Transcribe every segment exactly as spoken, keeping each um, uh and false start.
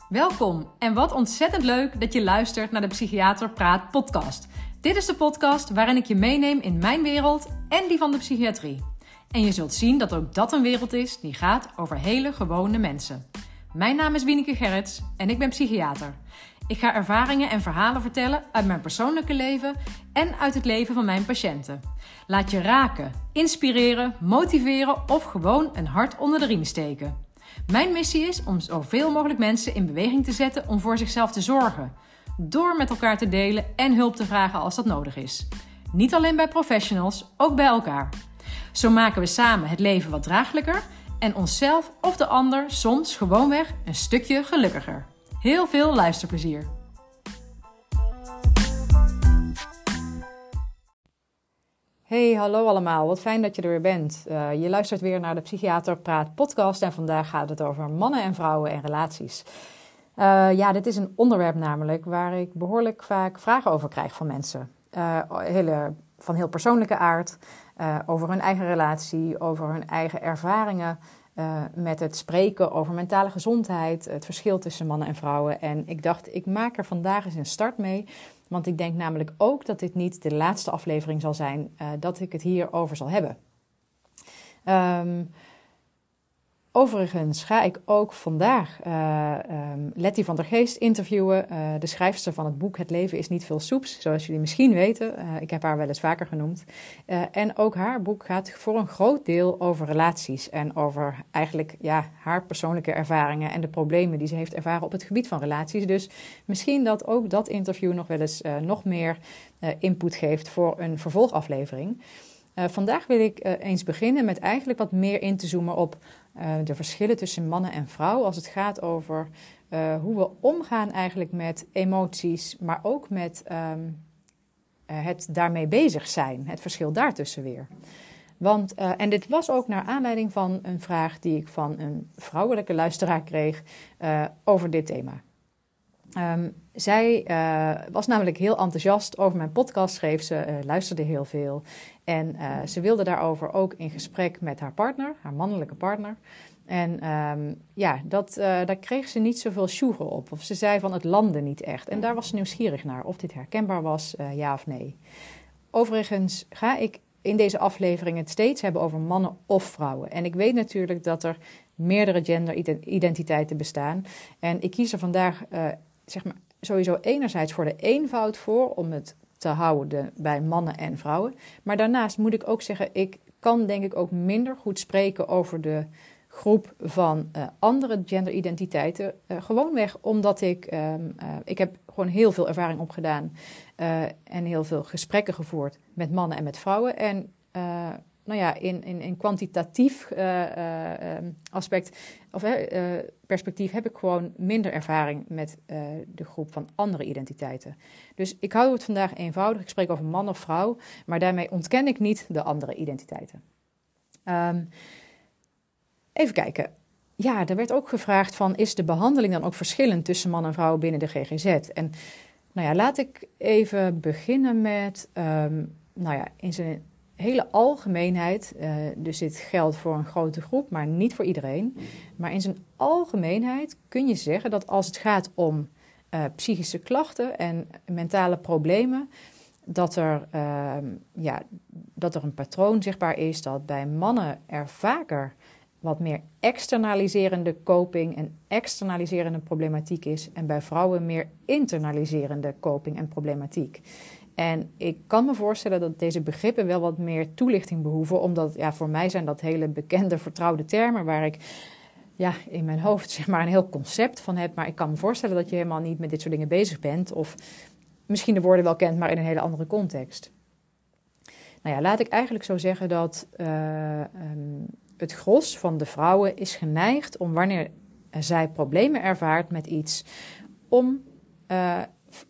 Welkom en wat ontzettend leuk dat je luistert naar de Psychiater Praat podcast. Dit is de podcast waarin ik je meeneem in mijn wereld en die van de psychiatrie. En je zult zien dat ook dat een wereld is die gaat over hele gewone mensen. Mijn naam is Wieneke Gerrits en ik ben psychiater. Ik ga ervaringen en verhalen vertellen uit mijn persoonlijke leven en uit het leven van mijn patiënten. Laat je raken, inspireren, motiveren of gewoon een hart onder de riem steken. Mijn missie is om zoveel mogelijk mensen in beweging te zetten om voor zichzelf te zorgen. Door met elkaar te delen en hulp te vragen als dat nodig is. Niet alleen bij professionals, ook bij elkaar. Zo maken we samen het leven wat draaglijker en onszelf of de ander soms gewoonweg een stukje gelukkiger. Heel veel luisterplezier. Hey, hallo allemaal. Wat fijn dat je er weer bent. Uh, je luistert weer naar de Psychiater Praat podcast en vandaag gaat het over mannen en vrouwen en relaties. Uh, ja, dit is een onderwerp namelijk waar ik behoorlijk vaak vragen over krijg van mensen. Uh, hele, van heel persoonlijke aard, uh, over hun eigen relatie, over hun eigen ervaringen uh, met het spreken over mentale gezondheid, het verschil tussen mannen en vrouwen. En ik dacht, ik maak er vandaag eens een start mee. Want ik denk namelijk ook dat dit niet de laatste aflevering zal zijn uh, dat ik het hierover zal hebben. Um, overigens ga ik ook vandaag uh, um, Letty van der Geest interviewen. Uh, de schrijfster van het boek Het leven is niet veel soeps, zoals jullie misschien weten. Uh, ik heb haar wel eens vaker genoemd. Uh, en ook haar boek gaat voor een groot deel over relaties. En over eigenlijk ja, haar persoonlijke ervaringen en de problemen die ze heeft ervaren op het gebied van relaties. Dus misschien dat ook dat interview nog wel eens uh, nog meer uh, input geeft voor een vervolgaflevering. Uh, vandaag wil ik uh, eens beginnen met eigenlijk wat meer in te zoomen op uh, de verschillen tussen mannen en vrouwen als het gaat over uh, hoe we omgaan eigenlijk met emoties, maar ook met um, uh, het daarmee bezig zijn, het verschil daartussen weer. Want, uh, en dit was ook naar aanleiding van een vraag die ik van een vrouwelijke luisteraar kreeg uh, over dit thema. Um, zij uh, was namelijk heel enthousiast over mijn podcast, schreef ze, uh, luisterde heel veel. En uh, ze wilde daarover ook in gesprek met haar partner, haar mannelijke partner. En um, ja, dat, uh, daar kreeg ze niet zoveel sjoegen op. Of ze zei van het landde niet echt. En daar was ze nieuwsgierig naar, of dit herkenbaar was, uh, ja of nee. Overigens ga ik in deze aflevering het steeds hebben over mannen of vrouwen. En ik weet natuurlijk dat er meerdere genderidentiteiten bestaan. En ik kies er vandaag uh, zeg maar sowieso enerzijds voor de eenvoud voor om het te houden bij mannen en vrouwen. Maar daarnaast moet ik ook zeggen, ik kan denk ik ook minder goed spreken over de groep van uh, andere genderidentiteiten. Uh, gewoonweg omdat ik, um, uh, ik heb gewoon heel veel ervaring opgedaan uh, en heel veel gesprekken gevoerd met mannen en met vrouwen. En uh, nou ja, in, in, in kwantitatief uh, uh, aspect of uh, perspectief heb ik gewoon minder ervaring met uh, de groep van andere identiteiten. Dus ik hou het vandaag eenvoudig. Ik spreek over man of vrouw, maar daarmee ontken ik niet de andere identiteiten. Um, even kijken. Ja, er werd ook gevraagd van, is de behandeling dan ook verschillend tussen man en vrouw binnen de G G Z? En nou ja, laat ik even beginnen met, um, nou ja, in zijn hele algemeenheid, uh, dus dit geldt voor een grote groep, maar niet voor iedereen. Maar in zijn algemeenheid kun je zeggen dat als het gaat om uh, psychische klachten en mentale problemen, dat er, uh, ja, dat er een patroon zichtbaar is dat bij mannen er vaker wat meer externaliserende coping en externaliserende problematiek is en bij vrouwen meer internaliserende coping en problematiek. En ik kan me voorstellen dat deze begrippen wel wat meer toelichting behoeven, omdat ja, voor mij zijn dat hele bekende, vertrouwde termen waar ik ja, in mijn hoofd zeg maar een heel concept van heb. Maar ik kan me voorstellen dat je helemaal niet met dit soort dingen bezig bent of misschien de woorden wel kent, maar in een hele andere context. Nou ja, laat ik eigenlijk zo zeggen dat uh, um, het gros van de vrouwen is geneigd om wanneer zij problemen ervaart met iets, om uh,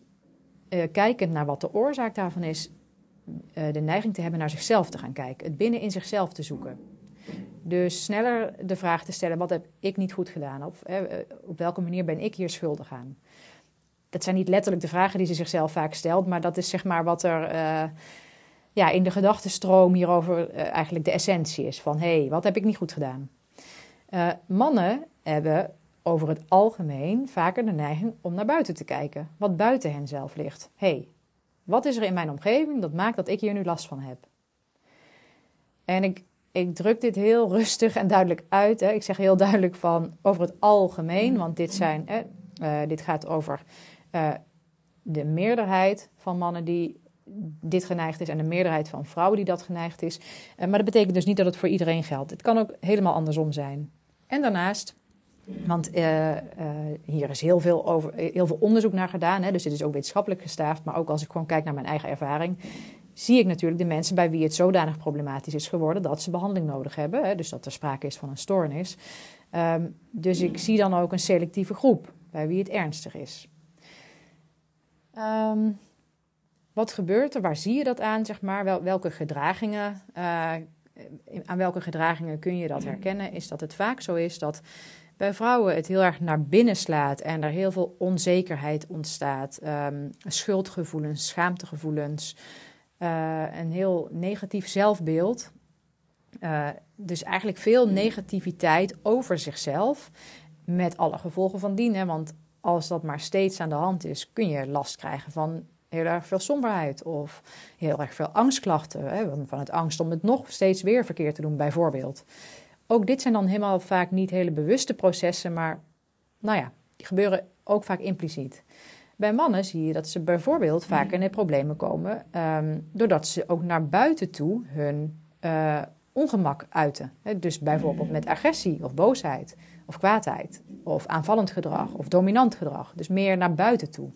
Uh, kijkend naar wat de oorzaak daarvan is, uh, de neiging te hebben naar zichzelf te gaan kijken. Het binnen in zichzelf te zoeken. Dus sneller de vraag te stellen, wat heb ik niet goed gedaan? Of uh, op welke manier ben ik hier schuldig aan? Dat zijn niet letterlijk de vragen die ze zichzelf vaak stelt, maar dat is zeg maar wat er uh, ja, in de gedachtenstroom hierover uh, eigenlijk de essentie is. Van, hé, hey, wat heb ik niet goed gedaan? Uh, mannen hebben over het algemeen vaker de neiging om naar buiten te kijken. Wat buiten hen zelf ligt. Hé, hey, wat is er in mijn omgeving dat maakt dat ik hier nu last van heb? En ik, ik druk dit heel rustig en duidelijk uit. Hè. Ik zeg heel duidelijk van over het algemeen. Want dit, zijn, hè, uh, dit gaat over uh, de meerderheid van mannen die dit geneigd is. En de meerderheid van vrouwen die dat geneigd is. Uh, maar dat betekent dus niet dat het voor iedereen geldt. Het kan ook helemaal andersom zijn. En daarnaast... Want uh, uh, hier is heel veel, over, heel veel onderzoek naar gedaan. Hè, dus dit is ook wetenschappelijk gestaafd. Maar ook als ik gewoon kijk naar mijn eigen ervaring... zie ik natuurlijk de mensen bij wie het zodanig problematisch is geworden... dat ze behandeling nodig hebben. Hè, dus dat er sprake is van een stoornis. Um, dus ik zie dan ook een selectieve groep bij wie het ernstig is. Um, wat gebeurt er? Waar zie je dat aan? Zeg maar? Wel, welke gedragingen... Uh, aan welke gedragingen kun je dat herkennen? Is dat het vaak zo is dat... bij vrouwen het heel erg naar binnen slaat en er heel veel onzekerheid ontstaat. Um, schuldgevoelens, schaamtegevoelens, uh, een heel negatief zelfbeeld. Uh, dus eigenlijk veel negativiteit over zichzelf met alle gevolgen van dien. Hè? Want als dat maar steeds aan de hand is, kun je last krijgen van heel erg veel somberheid of heel erg veel angstklachten. Hè? Van het angst om het nog steeds weer verkeerd te doen, bijvoorbeeld. Ook dit zijn dan helemaal vaak niet hele bewuste processen, maar nou ja, die gebeuren ook vaak impliciet. Bij mannen zie je dat ze bijvoorbeeld vaak in de problemen komen, um, doordat ze ook naar buiten toe hun uh, ongemak uiten. He, dus bijvoorbeeld met agressie of boosheid of kwaadheid of aanvallend gedrag of dominant gedrag. Dus meer naar buiten toe.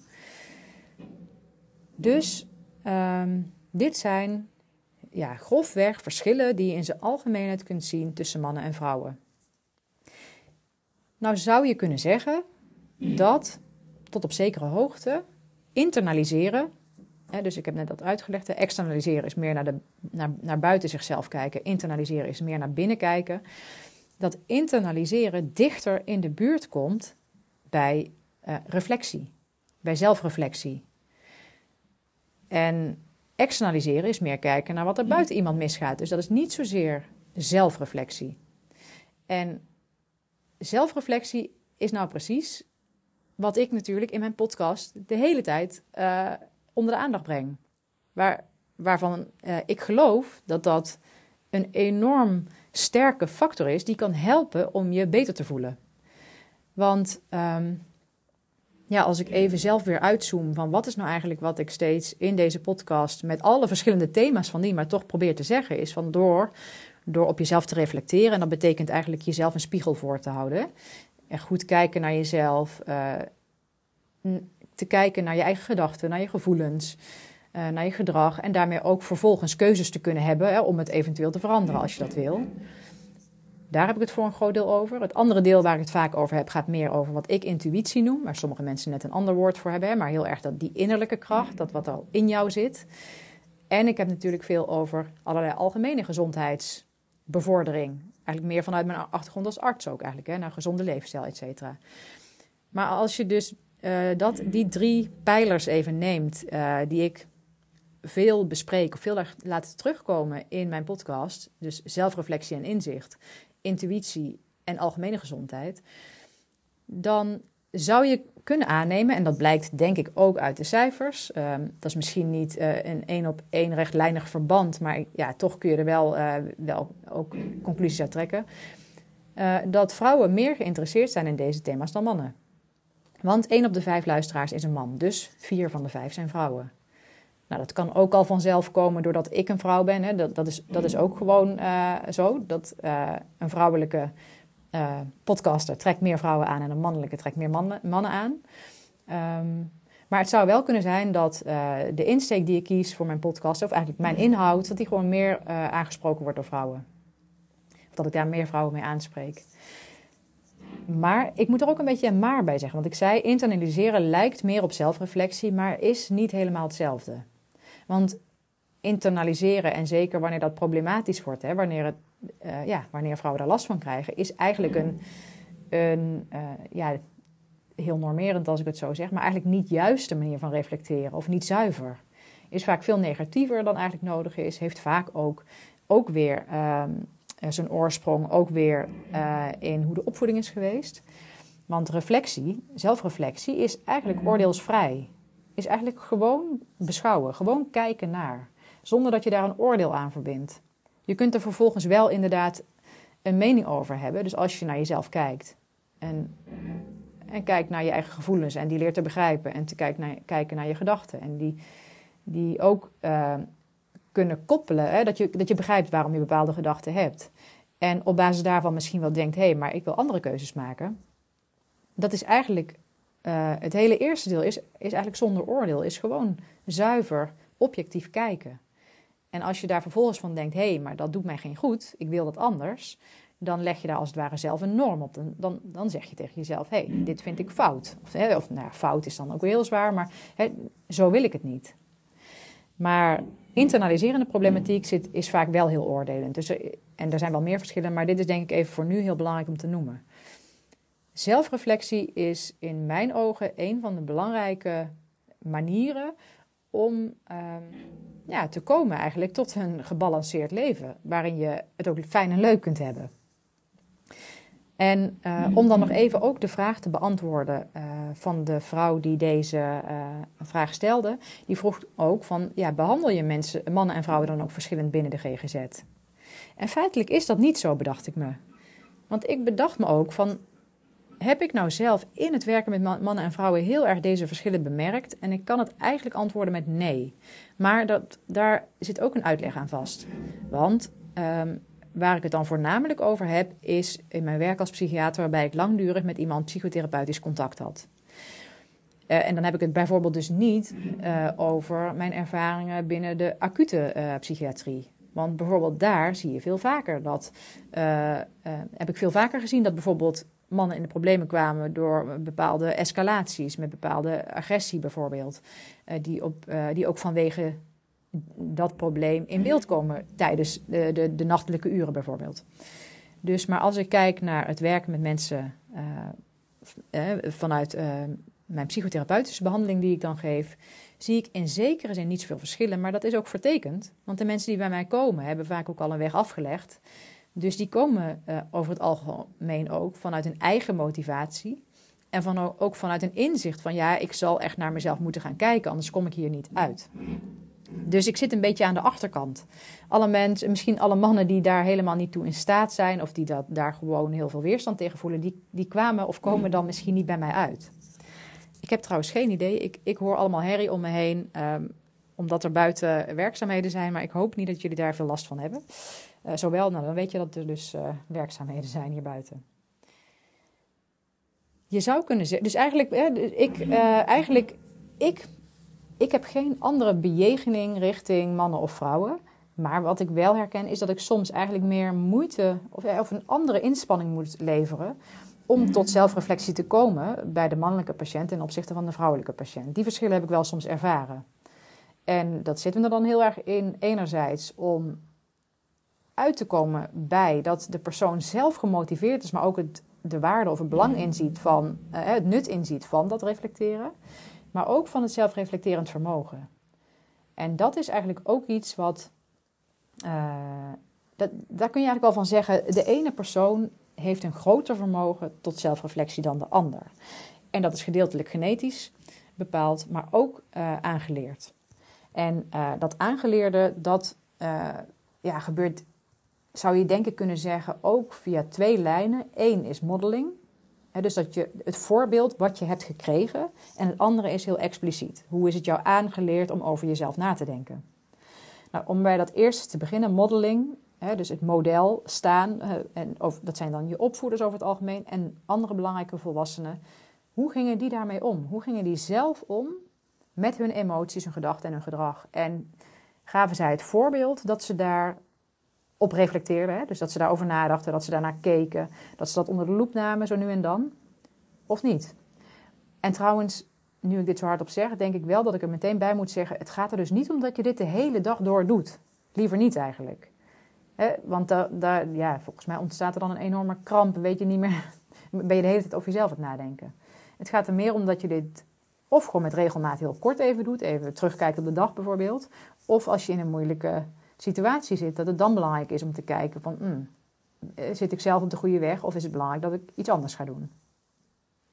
Dus um, dit zijn... ja, grofweg verschillen die je in zijn algemeenheid kunt zien tussen mannen en vrouwen. Nou zou je kunnen zeggen dat tot op zekere hoogte internaliseren, hè, dus ik heb net dat uitgelegd, hè, externaliseren is meer naar, de, naar, naar buiten zichzelf kijken, internaliseren is meer naar binnen kijken, dat internaliseren dichter in de buurt komt bij uh, reflectie, bij zelfreflectie. En externaliseren is meer kijken naar wat er buiten iemand misgaat. Dus dat is niet zozeer zelfreflectie. En zelfreflectie is nou precies wat ik natuurlijk in mijn podcast de hele tijd uh, onder de aandacht breng. Waar, waarvan uh, ik geloof dat dat een enorm sterke factor is die kan helpen om je beter te voelen. Want... Um, Ja, als ik even zelf weer uitzoom van wat is nou eigenlijk wat ik steeds in deze podcast met alle verschillende thema's van die, maar toch probeer te zeggen, is van door, door op jezelf te reflecteren. En dat betekent eigenlijk jezelf een spiegel voor te houden. En goed kijken naar jezelf, uh, te kijken naar je eigen gedachten, naar je gevoelens, uh, naar je gedrag. En daarmee ook vervolgens keuzes te kunnen hebben hè, om het eventueel te veranderen als je dat wil. Daar heb ik het voor een groot deel over. Het andere deel waar ik het vaak over heb, gaat meer over wat ik intuïtie noem. Waar sommige mensen net een ander woord voor hebben. Maar heel erg dat die innerlijke kracht, dat wat al in jou zit. En ik heb natuurlijk veel over allerlei algemene gezondheidsbevordering. Eigenlijk meer vanuit mijn achtergrond als arts ook eigenlijk. Hè, naar gezonde leefstijl, et cetera. Maar als je dus uh, dat, die drie pijlers even neemt, uh, die ik veel bespreek of veel laat terugkomen in mijn podcast. Dus zelfreflectie en inzicht, intuïtie en algemene gezondheid. Dan zou je kunnen aannemen, en dat blijkt denk ik ook uit de cijfers. Um, dat is misschien niet uh, een één op één rechtlijnig verband, maar ja, toch kun je er wel, uh, wel ook conclusies uit trekken. Uh, dat vrouwen meer geïnteresseerd zijn in deze thema's dan mannen. Want één op de vijf luisteraars is een man, dus vier van de vijf zijn vrouwen. Nou, dat kan ook al vanzelf komen doordat ik een vrouw ben. Hè. Dat, dat, is, dat is ook gewoon uh, zo. Dat uh, een vrouwelijke uh, podcaster trekt meer vrouwen aan en een mannelijke trekt meer mannen, mannen aan. Um, maar het zou wel kunnen zijn dat uh, de insteek die ik kies voor mijn podcast, of eigenlijk mijn inhoud, dat die gewoon meer uh, aangesproken wordt door vrouwen. Of dat ik daar meer vrouwen mee aanspreek. Maar ik moet er ook een beetje een maar bij zeggen. Want ik zei, internaliseren lijkt meer op zelfreflectie, maar is niet helemaal hetzelfde. Want internaliseren, en zeker wanneer dat problematisch wordt, hè, wanneer, het, uh, ja, wanneer vrouwen daar last van krijgen, is eigenlijk een, een uh, ja, heel normerend als ik het zo zeg, maar eigenlijk niet juiste manier van reflecteren of niet zuiver. Is vaak veel negatiever dan eigenlijk nodig is, heeft vaak ook, ook weer uh, zijn oorsprong ook weer uh, in hoe de opvoeding is geweest. Want reflectie, zelfreflectie, is eigenlijk oordeelsvrij. Is eigenlijk gewoon beschouwen, gewoon kijken naar. Zonder dat je daar een oordeel aan verbindt. Je kunt er vervolgens wel inderdaad een mening over hebben. Dus als je naar jezelf kijkt en, en kijkt naar je eigen gevoelens en die leert te begrijpen en te kijken naar, kijken naar je gedachten en die, die ook uh, kunnen koppelen, hè, dat je, dat je begrijpt waarom je bepaalde gedachten hebt. En op basis daarvan misschien wel denkt, hé, hey, maar ik wil andere keuzes maken. Dat is eigenlijk, uh, het hele eerste deel is, is eigenlijk zonder oordeel, is gewoon zuiver, objectief kijken. En als je daar vervolgens van denkt, hé, hey, maar dat doet mij geen goed, ik wil dat anders, dan leg je daar als het ware zelf een norm op. Dan, dan, dan zeg je tegen jezelf, hé, hey, dit vind ik fout. Of, hè, of nou, fout is dan ook weer heel zwaar, maar hè, zo wil ik het niet. Maar internaliserende problematiek zit, is vaak wel heel oordelend. Dus, en er zijn wel meer verschillen, maar dit is denk ik even voor nu heel belangrijk om te noemen. Zelfreflectie is in mijn ogen een van de belangrijke manieren om um, ja, te komen eigenlijk tot een gebalanceerd leven, waarin je het ook fijn en leuk kunt hebben. En uh, om dan nog even ook de vraag te beantwoorden uh, van de vrouw die deze uh, vraag stelde, die vroeg ook van, ja, behandel je mensen, mannen en vrouwen dan ook verschillend binnen de G G Z? En feitelijk is dat niet zo, bedacht ik me. Want ik bedacht me ook van, heb ik nou zelf in het werken met mannen en vrouwen heel erg deze verschillen bemerkt? En ik kan het eigenlijk antwoorden met nee. Maar dat, daar zit ook een uitleg aan vast. Want um, waar ik het dan voornamelijk over heb, is in mijn werk als psychiater, waarbij ik langdurig met iemand psychotherapeutisch contact had. Uh, en dan heb ik het bijvoorbeeld dus niet uh, over mijn ervaringen binnen de acute uh, psychiatrie. Want bijvoorbeeld daar zie je veel vaker dat, uh, uh, heb ik veel vaker gezien dat bijvoorbeeld mannen in de problemen kwamen door bepaalde escalaties, met bepaalde agressie bijvoorbeeld, uh, die, op, uh, die ook vanwege dat probleem in beeld komen tijdens de, de, de nachtelijke uren bijvoorbeeld. Dus, maar als ik kijk naar het werken met mensen uh, uh, vanuit uh, mijn psychotherapeutische behandeling die ik dan geef, zie ik in zekere zin niet zoveel verschillen, maar dat is ook vertekend. Want de mensen die bij mij komen, hebben vaak ook al een weg afgelegd. Dus die komen uh, over het algemeen ook vanuit een eigen motivatie. En van, ook vanuit een inzicht van, ja, ik zal echt naar mezelf moeten gaan kijken, anders kom ik hier niet uit. Dus ik zit een beetje aan de achterkant. Alle mensen, misschien alle mannen die daar helemaal niet toe in staat zijn, of die dat, daar gewoon heel veel weerstand tegen voelen, die, die kwamen of komen dan misschien niet bij mij uit. Ik heb trouwens geen idee. Ik, ik hoor allemaal herrie om me heen, um, omdat er buiten werkzaamheden zijn, maar ik hoop niet dat jullie daar veel last van hebben. Uh, zowel, nou, dan weet je dat er dus uh, werkzaamheden zijn hier buiten. Je zou kunnen zeggen, dus eigenlijk, eh, ik, uh, eigenlijk, ik, ik heb geen andere bejegening richting mannen of vrouwen. Maar wat ik wel herken is dat ik soms eigenlijk meer moeite of, of een andere inspanning moet leveren om tot zelfreflectie te komen bij de mannelijke patiënt ten opzichte van de vrouwelijke patiënt. Die verschillen heb ik wel soms ervaren. En dat zit me er dan heel erg in, enerzijds om uit te komen bij dat de persoon zelf gemotiveerd is, maar ook het, de waarde of het belang inziet van, uh, het nut inziet van dat reflecteren, maar ook van het zelfreflecterend vermogen. En dat is eigenlijk ook iets wat, uh, dat, daar kun je eigenlijk wel van zeggen, de ene persoon heeft een groter vermogen tot zelfreflectie dan de ander. En dat is gedeeltelijk genetisch bepaald, maar ook uh, aangeleerd. En uh, dat aangeleerde, dat uh, ja, gebeurt, zou je denk ik kunnen zeggen, ook via twee lijnen. Eén is modeling, hè, dus dat je het voorbeeld wat je hebt gekregen. En het andere is heel expliciet. Hoe is het jou aangeleerd om over jezelf na te denken? Nou, om bij dat eerste te beginnen, modeling, hè, dus het model staan, uh, en over, dat zijn dan je opvoeders over het algemeen en andere belangrijke volwassenen. Hoe gingen die daarmee om? Hoe gingen die zelf om met hun emoties, hun gedachten en hun gedrag? En gaven zij het voorbeeld dat ze daar op reflecteerden, hè? Dus dat ze daarover nadachten, dat ze daarnaar keken, dat ze dat onder de loep namen, zo nu en dan, of niet? En trouwens, nu ik dit zo hardop zeg, denk ik wel dat ik er meteen bij moet zeggen, het gaat er dus niet om dat je dit de hele dag door doet. Liever niet eigenlijk. Hè? Want da, da, ja, volgens mij ontstaat er dan een enorme kramp, weet je niet meer, ben je de hele tijd over jezelf aan het nadenken. Het gaat er meer om dat je dit of gewoon met regelmaat heel kort even doet, even terugkijkt op de dag bijvoorbeeld, of als je in een moeilijke situatie zit, dat het dan belangrijk is om te kijken van, mm, zit ik zelf op de goede weg of is het belangrijk dat ik iets anders ga doen?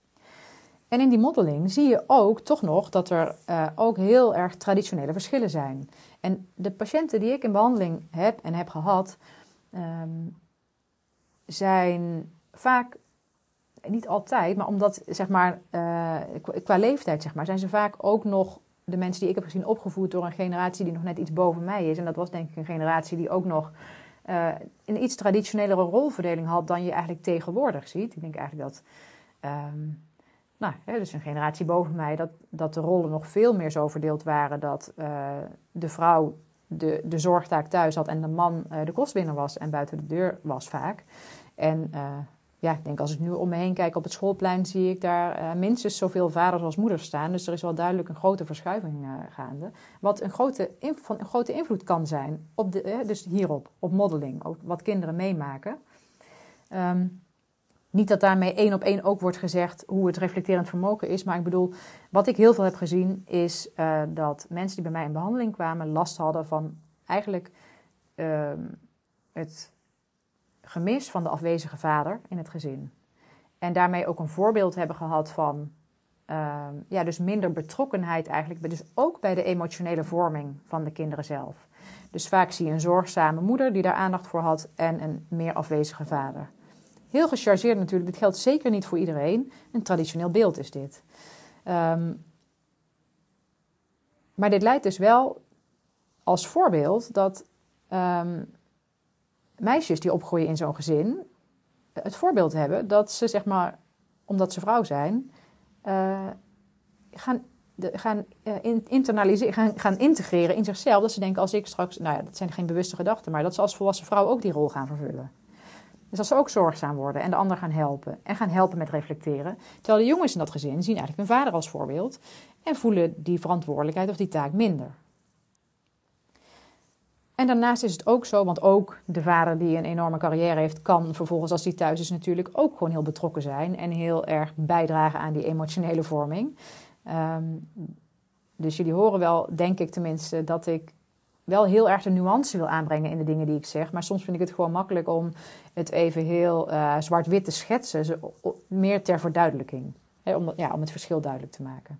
En in die modeling zie je ook toch nog dat er uh, ook heel erg traditionele verschillen zijn. En de patiënten die ik in behandeling heb en heb gehad, um, zijn vaak, niet altijd, maar omdat, zeg maar, uh, qua leeftijd, zeg maar, zijn ze vaak ook nog de mensen die ik heb gezien opgevoed door een generatie die nog net iets boven mij is. En dat was denk ik een generatie die ook nog uh, een iets traditionelere rolverdeling had dan je eigenlijk tegenwoordig ziet. Ik denk eigenlijk dat, um, nou, hè, dus een generatie boven mij, dat, dat de rollen nog veel meer zo verdeeld waren dat uh, de vrouw de, de zorgtaak thuis had en de man uh, de kostwinner was en buiten de deur was vaak. En uh, ja, ik denk als ik nu om me heen kijk op het schoolplein, zie ik daar uh, minstens zoveel vaders als moeders staan. Dus er is wel duidelijk een grote verschuiving uh, gaande. Wat een grote, van een grote invloed kan zijn, op de, uh, dus hierop, op modeling, ook wat kinderen meemaken. Um, niet dat daarmee één op één ook wordt gezegd hoe het reflecterend vermogen is. Maar ik bedoel, wat ik heel veel heb gezien is uh, dat mensen die bij mij in behandeling kwamen last hadden van eigenlijk uh, het gemis van de afwezige vader in het gezin. En daarmee ook een voorbeeld hebben gehad van uh, ja, dus minder betrokkenheid eigenlijk. Dus ook bij de emotionele vorming van de kinderen zelf. Dus vaak zie je een zorgzame moeder die daar aandacht voor had en een meer afwezige vader. Heel gechargeerd natuurlijk, dit geldt zeker niet voor iedereen. Een traditioneel beeld is dit. Um, maar dit leidt dus wel als voorbeeld dat um, meisjes die opgroeien in zo'n gezin het voorbeeld hebben dat ze, zeg maar, omdat ze vrouw zijn, uh, gaan, de, gaan, uh, in, internaliseren, gaan, gaan integreren in zichzelf. Dat ze denken, als ik straks, nou ja, dat zijn geen bewuste gedachten, maar dat ze als volwassen vrouw ook die rol gaan vervullen. Dus als ze ook zorgzaam worden en de ander gaan helpen en gaan helpen met reflecteren. Terwijl de jongens in dat gezin zien eigenlijk hun vader als voorbeeld en voelen die verantwoordelijkheid of die taak minder. En daarnaast is het ook zo, want ook de vader die een enorme carrière heeft, kan vervolgens als hij thuis is natuurlijk ook gewoon heel betrokken zijn en heel erg bijdragen aan die emotionele vorming. Um, dus jullie horen wel, denk ik tenminste, dat ik wel heel erg de nuance wil aanbrengen in de dingen die ik zeg. Maar soms vind ik het gewoon makkelijk om het even heel uh, zwart-wit te schetsen. Zo, meer ter verduidelijking. Hè, om, ja, om het verschil duidelijk te maken.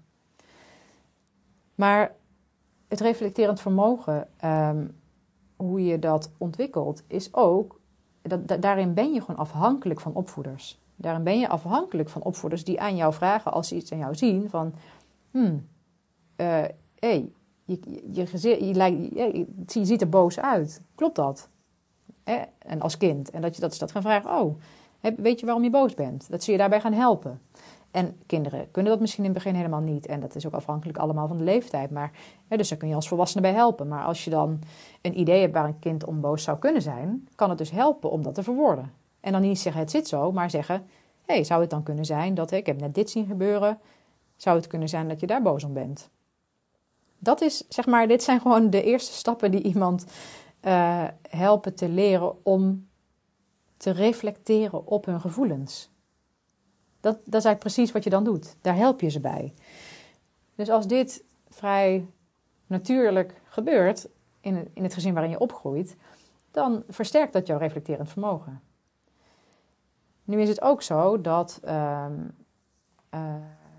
Maar het reflecterend vermogen, um, hoe je dat ontwikkelt, is ook, dat, da, daarin ben je gewoon afhankelijk van opvoeders. Daarin ben je afhankelijk van opvoeders die aan jou vragen, als ze iets aan jou zien, van, hmm, uh, hey, Je, je, je, je, lijkt, je, je ziet er boos uit. Klopt dat? Eh? En als kind. En dat je dat, dat gaan vragen. Oh, weet je waarom je boos bent? Dat ze je daarbij gaan helpen. En kinderen kunnen dat misschien in het begin helemaal niet. En dat is ook afhankelijk allemaal van de leeftijd. Maar, hè, dus daar kun je als volwassene bij helpen. Maar als je dan een idee hebt waar een kind om boos zou kunnen zijn, kan het dus helpen om dat te verwoorden. En dan niet zeggen het zit zo, maar zeggen, hé, hey, zou het dan kunnen zijn dat ik heb net dit zien gebeuren? Zou het kunnen zijn dat je daar boos om bent? Dat is, zeg maar, dit zijn gewoon de eerste stappen die iemand uh, helpen te leren om te reflecteren op hun gevoelens. Dat, dat is eigenlijk precies wat je dan doet. Daar help je ze bij. Dus als dit vrij natuurlijk gebeurt in het, in het gezin waarin je opgroeit, dan versterkt dat jouw reflecterend vermogen. Nu is het ook zo dat uh, uh,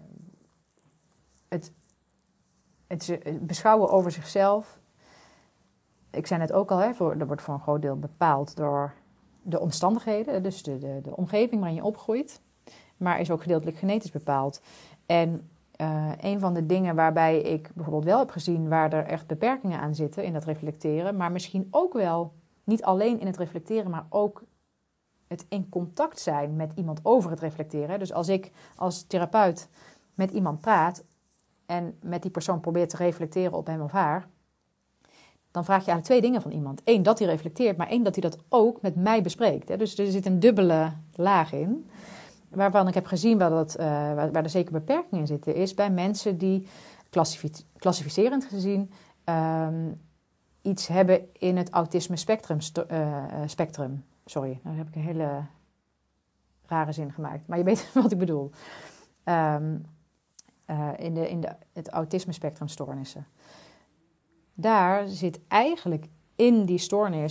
het Het beschouwen over zichzelf, ik zei net ook al, hè, voor, dat wordt voor een groot deel bepaald door de omstandigheden, dus de, de, de omgeving waarin je opgroeit, maar is ook gedeeltelijk genetisch bepaald. En uh, een van de dingen waarbij ik bijvoorbeeld wel heb gezien waar er echt beperkingen aan zitten in dat reflecteren, maar misschien ook wel niet alleen in het reflecteren, maar ook het in contact zijn met iemand over het reflecteren. Dus als ik als therapeut met iemand praat en met die persoon probeert te reflecteren op hem of haar, dan vraag je eigenlijk twee dingen van iemand. Eén, dat hij reflecteert, maar één, dat hij dat ook met mij bespreekt. Hè. Dus er zit een dubbele laag in. Waarvan ik heb gezien waar, dat, uh, waar, waar er zeker beperkingen in zitten, is bij mensen die klassific- klassificerend gezien um, iets hebben in het autisme spectrum. Sto- uh, spectrum. Sorry, nou heb ik een hele rare zin gemaakt. Maar je weet wat ik bedoel. Um, uh, in de, in de, het autisme spectrumstoornissen. Daar zit eigenlijk in die stoornis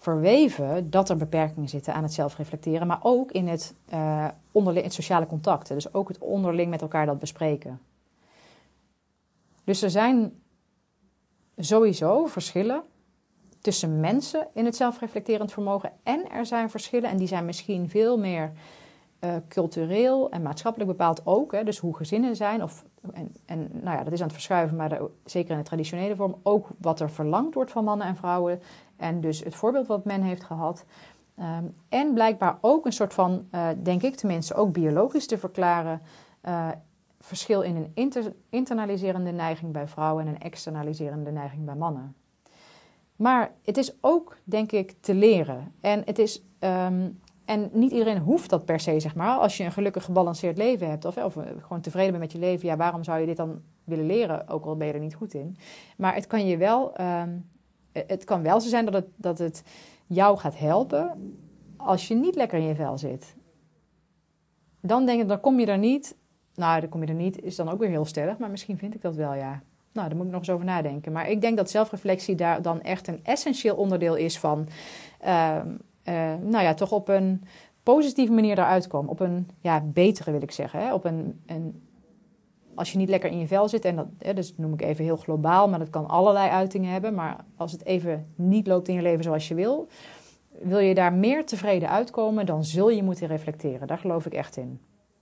verweven dat er beperkingen zitten aan het zelfreflecteren, maar ook in het, uh, onderling, het sociale contacten. Dus ook het onderling met elkaar dat bespreken. Dus er zijn sowieso verschillen tussen mensen in het zelfreflecterend vermogen. En er zijn verschillen, en die zijn misschien veel meer uh, cultureel en maatschappelijk bepaald ook. Hè, dus hoe gezinnen zijn. Of, en, en nou ja, dat is aan het verschuiven, maar de, zeker in de traditionele vorm. Ook wat er verlangd wordt van mannen en vrouwen. En dus het voorbeeld wat men heeft gehad. Um, en blijkbaar ook een soort van, uh, denk ik tenminste, ook biologisch te verklaren. Uh, verschil in een inter, internaliserende neiging bij vrouwen en een externaliserende neiging bij mannen. Maar het is ook, denk ik, te leren. En, het is, um, en niet iedereen hoeft dat per se, zeg maar. Als je een gelukkig gebalanceerd leven hebt of, of gewoon tevreden bent met je leven, ja, waarom zou je dit dan willen leren? Ook al ben je er niet goed in. Maar het kan je wel, um, het kan wel zo zijn dat het, dat het jou gaat helpen als je niet lekker in je vel zit. Dan denk ik, dan kom je er niet. Nou, dan kom je er niet, is dan ook weer heel stellig, maar misschien vind ik dat wel, ja. Nou, daar moet ik nog eens over nadenken. Maar ik denk dat zelfreflectie daar dan echt een essentieel onderdeel is van, uh, uh, nou ja, toch op een positieve manier eruit komen. Op een, ja, betere wil ik zeggen. Hè? Op een, een, als je niet lekker in je vel zit, en dat, hè, dus noem ik even heel globaal, maar dat kan allerlei uitingen hebben. Maar als het even niet loopt in je leven zoals je wil, wil je daar meer tevreden uitkomen, dan zul je moeten reflecteren. Daar geloof ik echt in.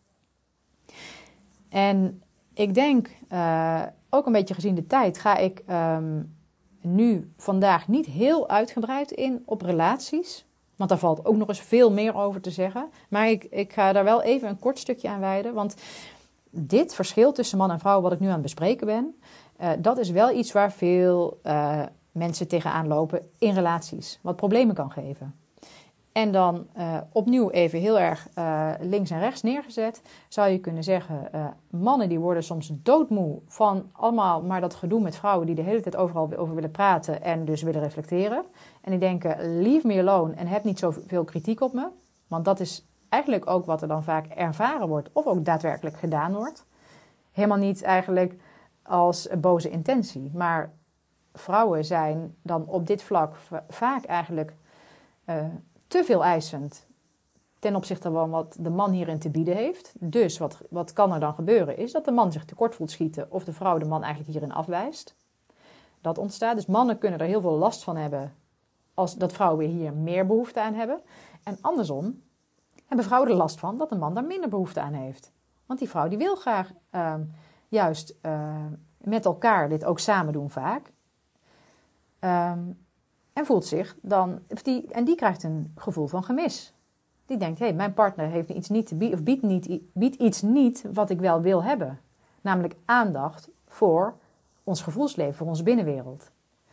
En ik denk, uh, ook een beetje gezien de tijd, ga ik um, nu vandaag niet heel uitgebreid in op relaties. Want daar valt ook nog eens veel meer over te zeggen. Maar ik, ik ga daar wel even een kort stukje aan wijden. Want dit verschil tussen man en vrouw, wat ik nu aan het bespreken ben, uh, dat is wel iets waar veel uh, mensen tegenaan lopen in relaties. Wat problemen kan geven. En dan uh, opnieuw even heel erg uh, links en rechts neergezet, zou je kunnen zeggen, uh, mannen die worden soms doodmoe van allemaal maar dat gedoe met vrouwen die de hele tijd overal over willen praten en dus willen reflecteren. En die denken, leave me alone en heb niet zoveel kritiek op me. Want dat is eigenlijk ook wat er dan vaak ervaren wordt of ook daadwerkelijk gedaan wordt. Helemaal niet eigenlijk als boze intentie, maar vrouwen zijn dan op dit vlak vaak eigenlijk Uh, te veel eisend ten opzichte van wat de man hierin te bieden heeft. Dus wat, wat kan er dan gebeuren is dat de man zich tekort voelt schieten of de vrouw de man eigenlijk hierin afwijst. Dat ontstaat. Dus mannen kunnen er heel veel last van hebben als dat vrouwen weer hier meer behoefte aan hebben. En andersom hebben vrouwen er last van dat de man daar minder behoefte aan heeft. Want die vrouw die wil graag uh, juist uh, met elkaar dit ook samen doen vaak. Um, En voelt zich dan, die, en die krijgt een gevoel van gemis. Die denkt, hé, hey, mijn partner heeft iets niet te bieden, of biedt, niet, biedt iets niet wat ik wel wil hebben. Namelijk aandacht voor ons gevoelsleven, voor onze binnenwereld.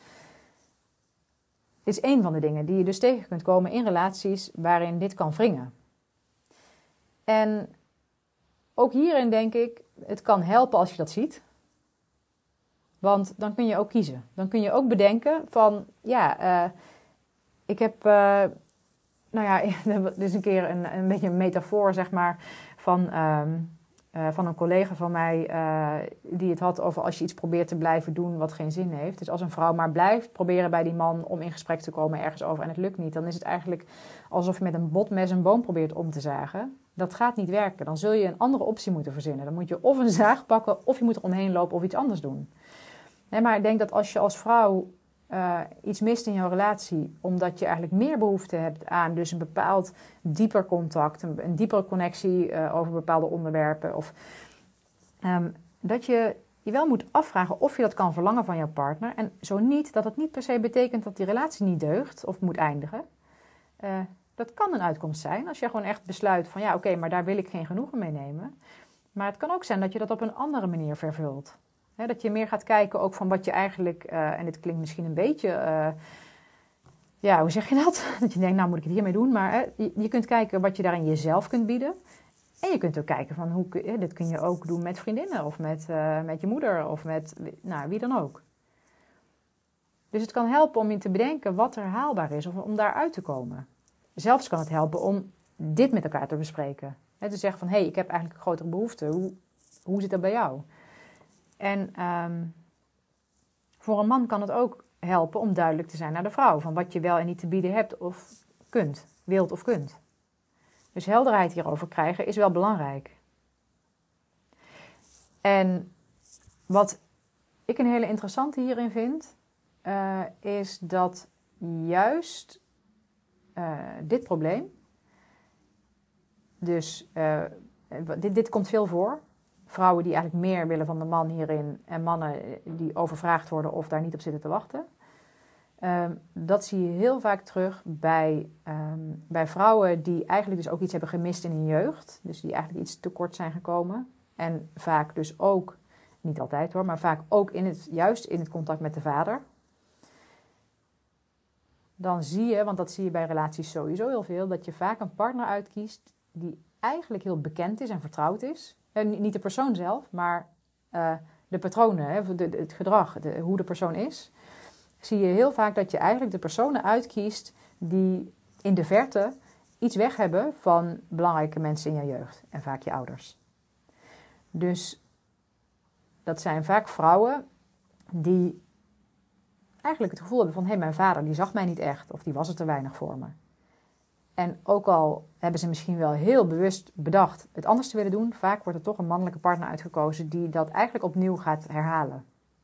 Dit is één van de dingen die je dus tegen kunt komen in relaties waarin dit kan wringen. En ook hierin denk ik, het kan helpen als je dat ziet. Want dan kun je ook kiezen. Dan kun je ook bedenken van, ja, uh, ik heb, uh, nou ja, dit is een keer een, een beetje een metafoor, zeg maar, van, uh, uh, van een collega van mij, uh, die het had over als je iets probeert te blijven doen wat geen zin heeft. Dus als een vrouw maar blijft proberen bij die man om in gesprek te komen ergens over en het lukt niet, dan is het eigenlijk alsof je met een botmes een boom probeert om te zagen. Dat gaat niet werken. Dan zul je een andere optie moeten verzinnen. Dan moet je of een zaag pakken, of je moet er omheen lopen of iets anders doen. Nee, maar ik denk dat als je als vrouw uh, iets mist in jouw relatie, omdat je eigenlijk meer behoefte hebt aan dus een bepaald dieper contact, een, een diepere connectie uh, over bepaalde onderwerpen, of um, dat je je wel moet afvragen of je dat kan verlangen van jouw partner. En zo niet, dat het niet per se betekent dat die relatie niet deugt of moet eindigen. Uh, dat kan een uitkomst zijn als je gewoon echt besluit van ja, oké, okay, maar daar wil ik geen genoegen mee nemen. Maar het kan ook zijn dat je dat op een andere manier vervult. He, dat je meer gaat kijken ook van wat je eigenlijk, uh, en dit klinkt misschien een beetje, uh, ja, hoe zeg je dat? Dat je denkt, nou moet ik het hiermee doen. Maar hè, je, je kunt kijken wat je daarin jezelf kunt bieden. En je kunt ook kijken van, hoe, hè, dit kun je ook doen met vriendinnen of met, uh, met je moeder of met, nou, wie dan ook. Dus het kan helpen om je te bedenken wat er haalbaar is of om daar uit te komen. Zelfs kan het helpen om dit met elkaar te bespreken. He, te zeggen van, hé, hey, ik heb eigenlijk een grotere behoefte. Hoe, hoe zit dat bij jou? En um, voor een man kan het ook helpen om duidelijk te zijn naar de vrouw. Van wat je wel en niet te bieden hebt of kunt. Wilt of kunt. Dus helderheid hierover krijgen is wel belangrijk. En wat ik een hele interessante hierin vind, uh, is dat juist uh, dit probleem, dus uh, dit, dit komt veel voor. Vrouwen die eigenlijk meer willen van de man hierin en mannen die overvraagd worden of daar niet op zitten te wachten. Um, dat zie je heel vaak terug bij, um, bij vrouwen die eigenlijk dus ook iets hebben gemist in hun jeugd. Dus die eigenlijk iets tekort zijn gekomen. En vaak dus ook, niet altijd hoor, maar vaak ook in het, juist in het contact met de vader. Dan zie je, want dat zie je bij relaties sowieso heel veel, dat je vaak een partner uitkiest die eigenlijk heel bekend is en vertrouwd is. En niet de persoon zelf, maar uh, de patronen, hè, de, de, het gedrag, de, hoe de persoon is. Zie je heel vaak dat je eigenlijk de personen uitkiest die in de verte iets weg hebben van belangrijke mensen in je jeugd. En vaak je ouders. Dus dat zijn vaak vrouwen die eigenlijk het gevoel hebben van, hé, hey, mijn vader die zag mij niet echt. Of die was er te weinig voor me. En ook al hebben ze misschien wel heel bewust bedacht het anders te willen doen, vaak wordt er toch een mannelijke partner uitgekozen die dat eigenlijk opnieuw gaat herhalen.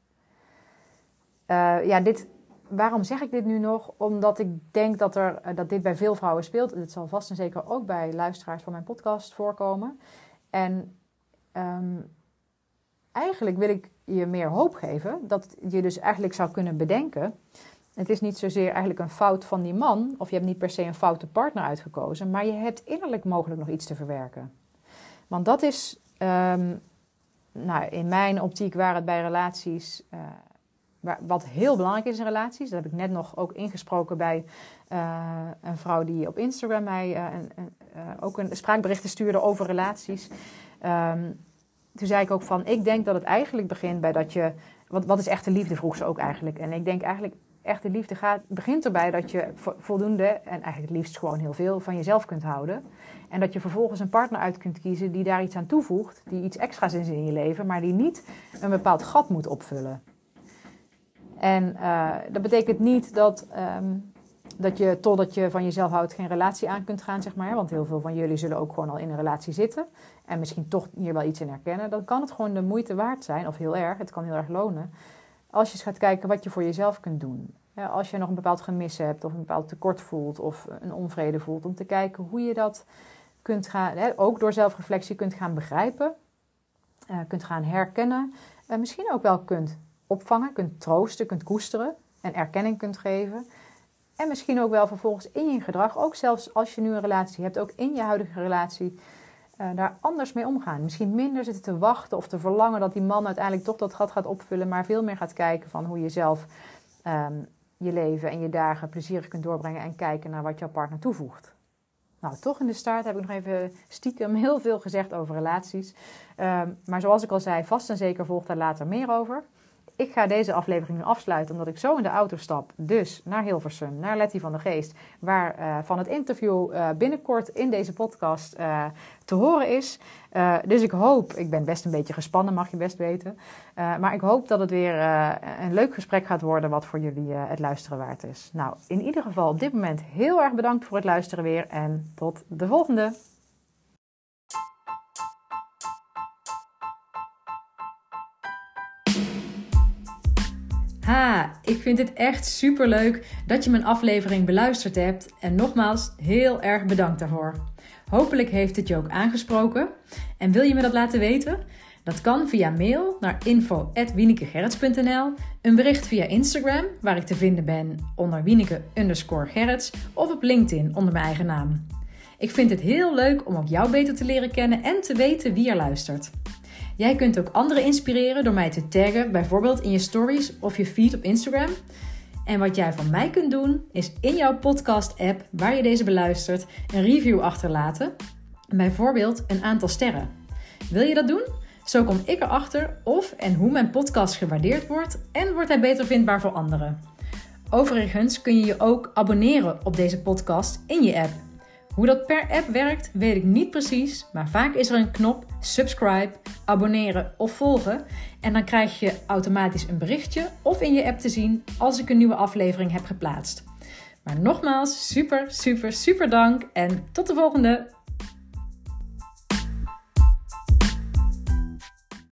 Uh, ja, dit, waarom zeg ik dit nu nog? Omdat ik denk dat, er, uh, dat dit bij veel vrouwen speelt. Het zal vast en zeker ook bij luisteraars van mijn podcast voorkomen. En um, eigenlijk wil ik je meer hoop geven dat je dus eigenlijk zou kunnen bedenken. Het is niet zozeer eigenlijk een fout van die man, of je hebt niet per se een foute partner uitgekozen, maar je hebt innerlijk mogelijk nog iets te verwerken. Want dat is, um, nou, in mijn optiek waar het bij relaties, uh, waar, wat heel belangrijk is in relaties, dat heb ik net nog ook ingesproken bij uh, een vrouw die op Instagram mij uh, een, een, uh, ook een spraakberichten stuurde over relaties. Um, toen zei ik ook van, ik denk dat het eigenlijk begint bij dat je, wat, wat is echte liefde, vroeg ze ook eigenlijk. En ik denk eigenlijk, echte liefde gaat, begint erbij dat je voldoende, en eigenlijk het liefst gewoon heel veel, van jezelf kunt houden. En dat je vervolgens een partner uit kunt kiezen die daar iets aan toevoegt, die iets extra's is in je leven, maar die niet een bepaald gat moet opvullen. En uh, dat betekent niet dat, um, dat je totdat je van jezelf houdt geen relatie aan kunt gaan, zeg maar. Want heel veel van jullie zullen ook gewoon al in een relatie zitten en misschien toch hier wel iets in herkennen. Dan kan het gewoon de moeite waard zijn, of heel erg, het kan heel erg lonen, als je eens gaat kijken wat je voor jezelf kunt doen. Ja, als je nog een bepaald gemis hebt of een bepaald tekort voelt of een onvrede voelt, om te kijken hoe je dat kunt gaan, hè, ook door zelfreflectie kunt gaan begrijpen, uh, kunt gaan herkennen, uh, misschien ook wel kunt opvangen, kunt troosten, kunt koesteren en erkenning kunt geven. En misschien ook wel vervolgens in je gedrag, ook zelfs als je nu een relatie hebt, ook in je huidige relatie, Uh, daar anders mee omgaan. Misschien minder zitten te wachten of te verlangen dat die man uiteindelijk toch dat gat gaat opvullen, maar veel meer gaat kijken van hoe je zelf um, je leven en je dagen plezierig kunt doorbrengen en kijken naar wat jouw partner toevoegt. Nou, toch in de start heb ik nog even stiekem heel veel gezegd over relaties. Um, maar zoals ik al zei, vast en zeker volgt daar later meer over. Ik ga deze aflevering nu afsluiten omdat ik zo in de auto stap. Dus naar Hilversum, naar Letty van der Geest. Waar uh, van het interview uh, binnenkort in deze podcast uh, te horen is. Uh, dus ik hoop, ik ben best een beetje gespannen, mag je best weten. Uh, maar ik hoop dat het weer uh, een leuk gesprek gaat worden wat voor jullie uh, het luisteren waard is. Nou, in ieder geval op dit moment heel erg bedankt voor het luisteren weer. En tot de volgende. Ha, ik vind het echt superleuk dat je mijn aflevering beluisterd hebt. En nogmaals, heel erg bedankt daarvoor. Hopelijk heeft het je ook aangesproken. En wil je me dat laten weten? Dat kan via mail naar info at wienekegerrits punt n l, een bericht via Instagram, waar ik te vinden ben onder wieneke underscore gerrits, of op LinkedIn onder mijn eigen naam. Ik vind het heel leuk om ook jou beter te leren kennen en te weten wie er luistert. Jij kunt ook anderen inspireren door mij te taggen, bijvoorbeeld in je stories of je feed op Instagram. En wat jij van mij kunt doen, is in jouw podcast-app waar je deze beluistert, een review achterlaten. Bijvoorbeeld een aantal sterren. Wil je dat doen? Zo kom ik erachter of en hoe mijn podcast gewaardeerd wordt en wordt hij beter vindbaar voor anderen. Overigens kun je je ook abonneren op deze podcast in je app. Hoe dat per app werkt, weet ik niet precies, maar vaak is er een knop subscribe, abonneren of volgen en dan krijg je automatisch een berichtje of in je app te zien als ik een nieuwe aflevering heb geplaatst. Maar nogmaals, super, super, super dank en tot de volgende!